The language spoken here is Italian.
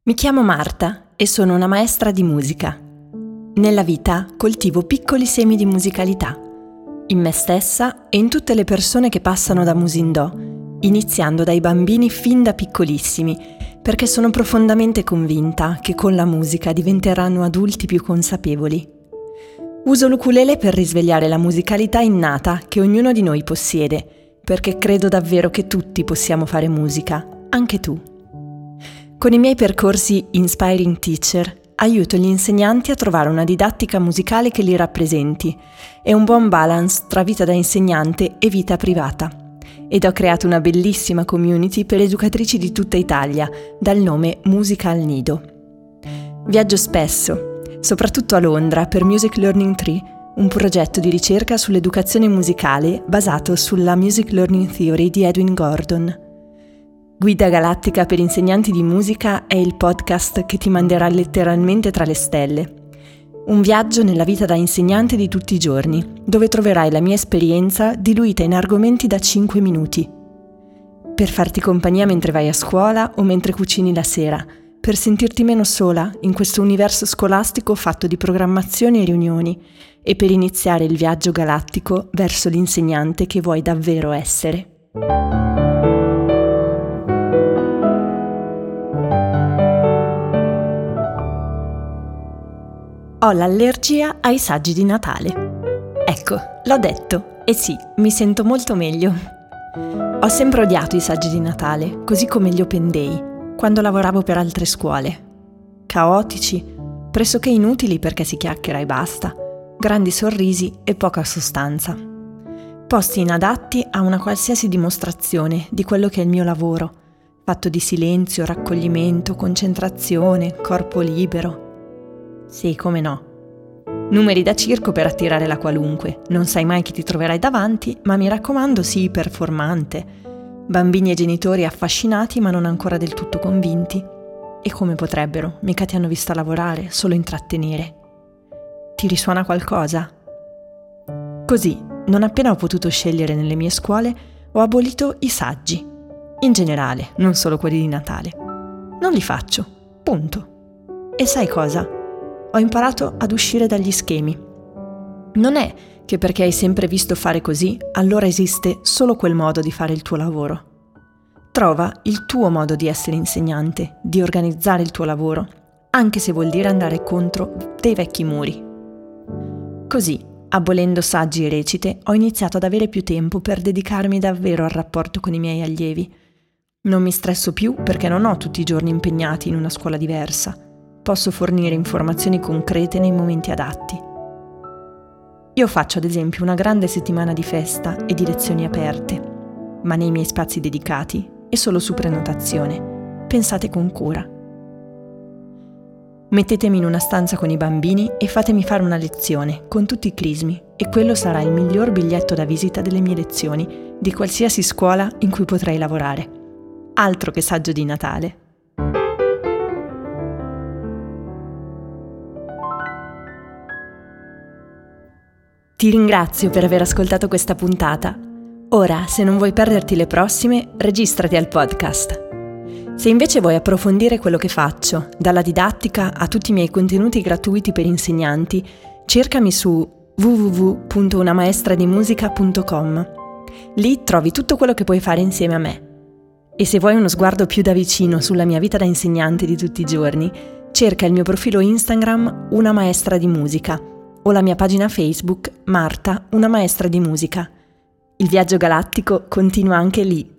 Mi chiamo Marta e sono una maestra di musica. Nella vita coltivo piccoli semi di musicalità, in me stessa e in tutte le persone che passano da Musindò, iniziando dai bambini fin da piccolissimi, perché sono profondamente convinta che con la musica diventeranno adulti più consapevoli. Uso l'ukulele per risvegliare la musicalità innata che ognuno di noi possiede, perché credo davvero che tutti possiamo fare musica, anche tu. Con i miei percorsi Inspiring Teacher aiuto gli insegnanti a trovare una didattica musicale che li rappresenti e un buon balance tra vita da insegnante e vita privata. Ed ho creato una bellissima community per educatrici di tutta Italia, dal nome Musica al Nido. Viaggio spesso, soprattutto a Londra, per Music Learning Tree, un progetto di ricerca sull'educazione musicale basato sulla Music Learning Theory di Edwin Gordon. Guida Galattica per insegnanti di musica è il podcast che ti manderà letteralmente tra le stelle. Un viaggio nella vita da insegnante di tutti i giorni, dove troverai la mia esperienza diluita in argomenti da 5 minuti. Per farti compagnia mentre vai a scuola o mentre cucini la sera, per sentirti meno sola in questo universo scolastico fatto di programmazioni e riunioni, e per iniziare il viaggio galattico verso l'insegnante che vuoi davvero essere. Ho l'allergia ai saggi di Natale. Ecco, l'ho detto, e sì, mi sento molto meglio. Ho sempre odiato i saggi di Natale, così come gli Open Day, quando lavoravo per altre scuole. Caotici, pressoché inutili perché si chiacchiera e basta, grandi sorrisi e poca sostanza. Posti inadatti a una qualsiasi dimostrazione di quello che è il mio lavoro, fatto di silenzio, raccoglimento, concentrazione, corpo libero. Sì, come no. Numeri da circo per attirare la qualunque. Non sai mai chi ti troverai davanti, ma mi raccomando, sii performante. Bambini e genitori affascinati ma non ancora del tutto convinti. E come potrebbero? Mica ti hanno vista lavorare, solo intrattenere. Ti risuona qualcosa? Così, non appena ho potuto scegliere nelle mie scuole, ho abolito i saggi. In generale, non solo quelli di Natale. Non li faccio. Punto. E sai cosa? Ho imparato ad uscire dagli schemi. Non è che perché hai sempre visto fare così, allora esiste solo quel modo di fare il tuo lavoro. Trova il tuo modo di essere insegnante, di organizzare il tuo lavoro, anche se vuol dire andare contro dei vecchi muri. Così, abolendo saggi e recite, ho iniziato ad avere più tempo per dedicarmi davvero al rapporto con i miei allievi. Non mi stresso più perché non ho tutti i giorni impegnati in una scuola diversa. Posso fornire informazioni concrete nei momenti adatti. Io faccio ad esempio una grande settimana di festa e di lezioni aperte, ma nei miei spazi dedicati e solo su prenotazione. Pensate con cura. Mettetemi in una stanza con i bambini e fatemi fare una lezione con tutti i crismi e quello sarà il miglior biglietto da visita delle mie lezioni di qualsiasi scuola in cui potrei lavorare. Altro che saggio di Natale. Ti ringrazio per aver ascoltato questa puntata. Ora, se non vuoi perderti le prossime, registrati al podcast. Se invece vuoi approfondire quello che faccio, dalla didattica a tutti i miei contenuti gratuiti per insegnanti, cercami su www.unamaestradimusica.com. Lì trovi tutto quello che puoi fare insieme a me. E se vuoi uno sguardo più da vicino sulla mia vita da insegnante di tutti i giorni, cerca il mio profilo Instagram Una Maestra di Musica o la mia pagina Facebook Marta, una maestra di musica. Il viaggio galattico continua anche lì.